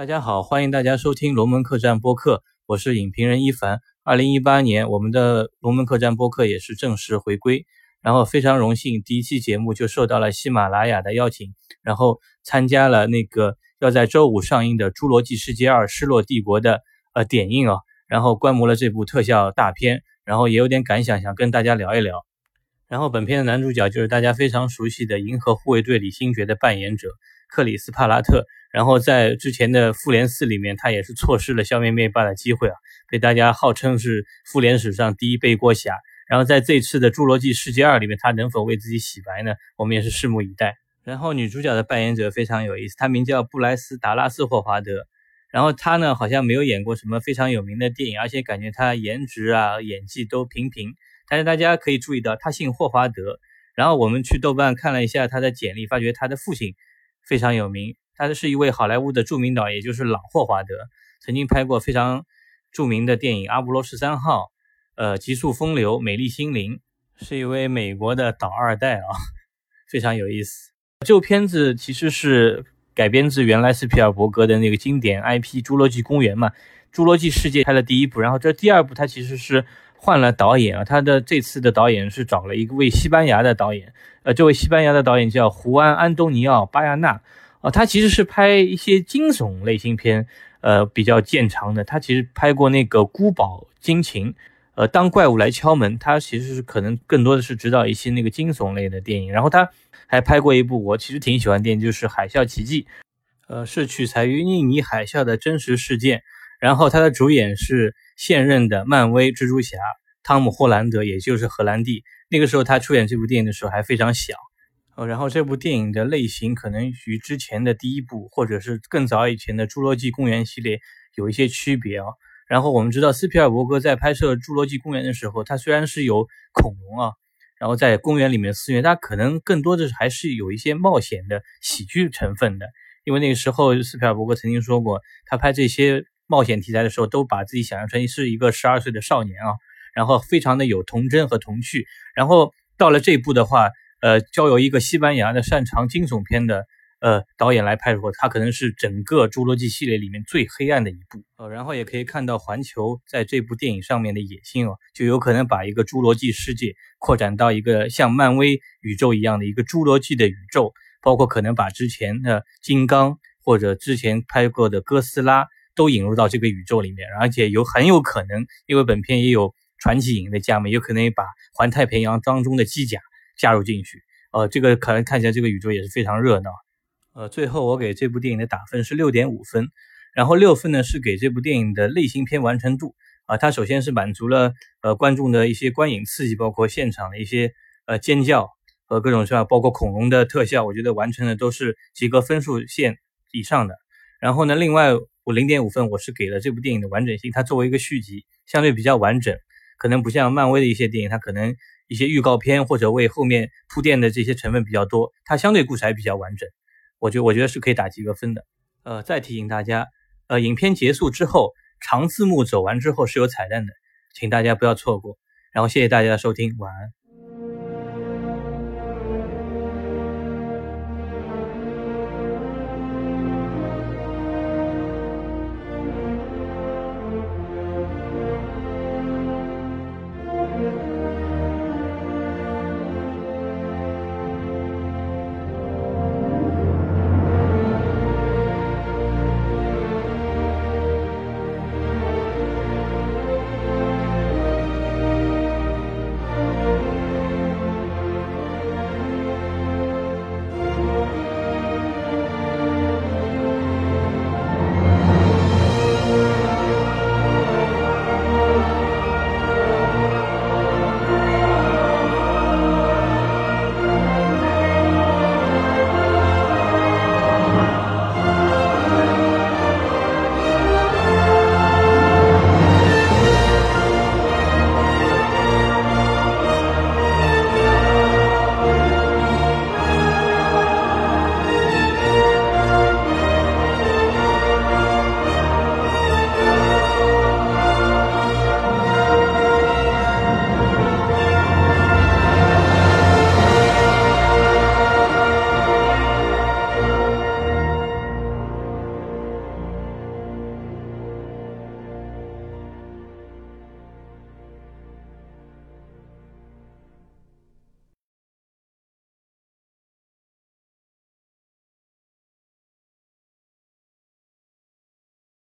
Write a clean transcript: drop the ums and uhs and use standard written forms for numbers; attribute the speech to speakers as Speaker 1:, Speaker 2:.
Speaker 1: 大家好，欢迎大家收听龙门客栈播客，我是影评人一凡。2018年我们的龙门客栈播客也是正式回归，然后非常荣幸第一期节目就受到了喜马拉雅的邀请，然后参加了那个要在周五上映的《侏罗纪世界2：失落帝国》的点映然后观摩了这部特效大片，然后也有点感想想跟大家聊一聊。然后本片的男主角就是大家非常熟悉的银河护卫队李星爵的扮演者克里斯帕拉特，然后在之前的复联4里面他也是错失了消灭灭霸的机会被大家号称是复联史上第一背锅侠，然后在这次的侏罗纪世界2里面他能否为自己洗白呢，我们也是拭目以待。然后女主角的扮演者非常有意思，她名叫布莱斯达拉斯霍华德，然后她呢好像没有演过什么非常有名的电影，而且感觉她颜值演技都平平，但是大家可以注意到他姓霍华德，然后我们去豆瓣看了一下他的简历，发觉他的父亲非常有名，他是一位好莱坞的著名导演，也就是朗霍华德，曾经拍过非常著名的电影《阿波罗13号》、极速风流、美丽心灵，是一位美国的导二代非常有意思。这部片子其实是改编自原来斯皮尔伯格的那个经典 IP 侏罗纪公园嘛，侏罗纪世界拍了第一部，然后这第二部他其实是换了导演他的这次的导演是找了一位西班牙的导演，这位西班牙的导演叫胡安·安东尼奥·巴亚纳，他其实是拍一些惊悚类型片，比较见长的。他其实拍过那个《孤堡惊情》，当怪物来敲门，他其实是可能更多的是指导一些那个惊悚类的电影。然后他还拍过一部我其实挺喜欢的电影，就是《海啸奇迹》，是取材于印尼海啸的真实事件。然后他的主演是现任的漫威蜘蛛侠汤姆·霍兰德，也就是荷兰弟。那个时候他出演这部电影的时候还非常小。然后这部电影的类型可能与之前的第一部或者是更早以前的侏罗纪公园系列有一些区别然后我们知道斯皮尔伯格在拍摄侏罗纪公园的时候，他虽然是有恐龙然后在公园里面肆虐，他可能更多的还是有一些冒险的喜剧成分的。因为那个时候斯皮尔伯格曾经说过，他拍这些冒险题材的时候都把自己想象成是一个12岁的少年然后非常的有童真和童趣。然后到了这部的话交由一个西班牙的擅长惊悚片的导演来拍的时候，他可能是整个侏罗纪系列里面最黑暗的一部然后也可以看到环球在这部电影上面的野心就有可能把一个侏罗纪世界扩展到一个像漫威宇宙一样的一个侏罗纪的宇宙，包括可能把之前的金刚或者之前拍过的哥斯拉都引入到这个宇宙里面，而且很有可能，因为本片也有传奇影的加盟，有可能把环太平洋当中的机甲加入进去这个可能看起来这个宇宙也是非常热闹最后我给这部电影的打分是 6.5 分，然后6分呢是给这部电影的类型片完成度它首先是满足了观众的一些观影刺激，包括现场的一些尖叫和各种包括恐龙的特效，我觉得完成的都是及格分数线以上的。然后呢，另外我 0.5 分我是给了这部电影的完整性，它作为一个续集相对比较完整，可能不像漫威的一些电影，它可能一些预告片或者为后面铺垫的这些成分比较多，它相对故事还比较完整，我觉得是可以打及格分的。再提醒大家影片结束之后长字幕走完之后是有彩蛋的，请大家不要错过。然后谢谢大家的收听，晚安。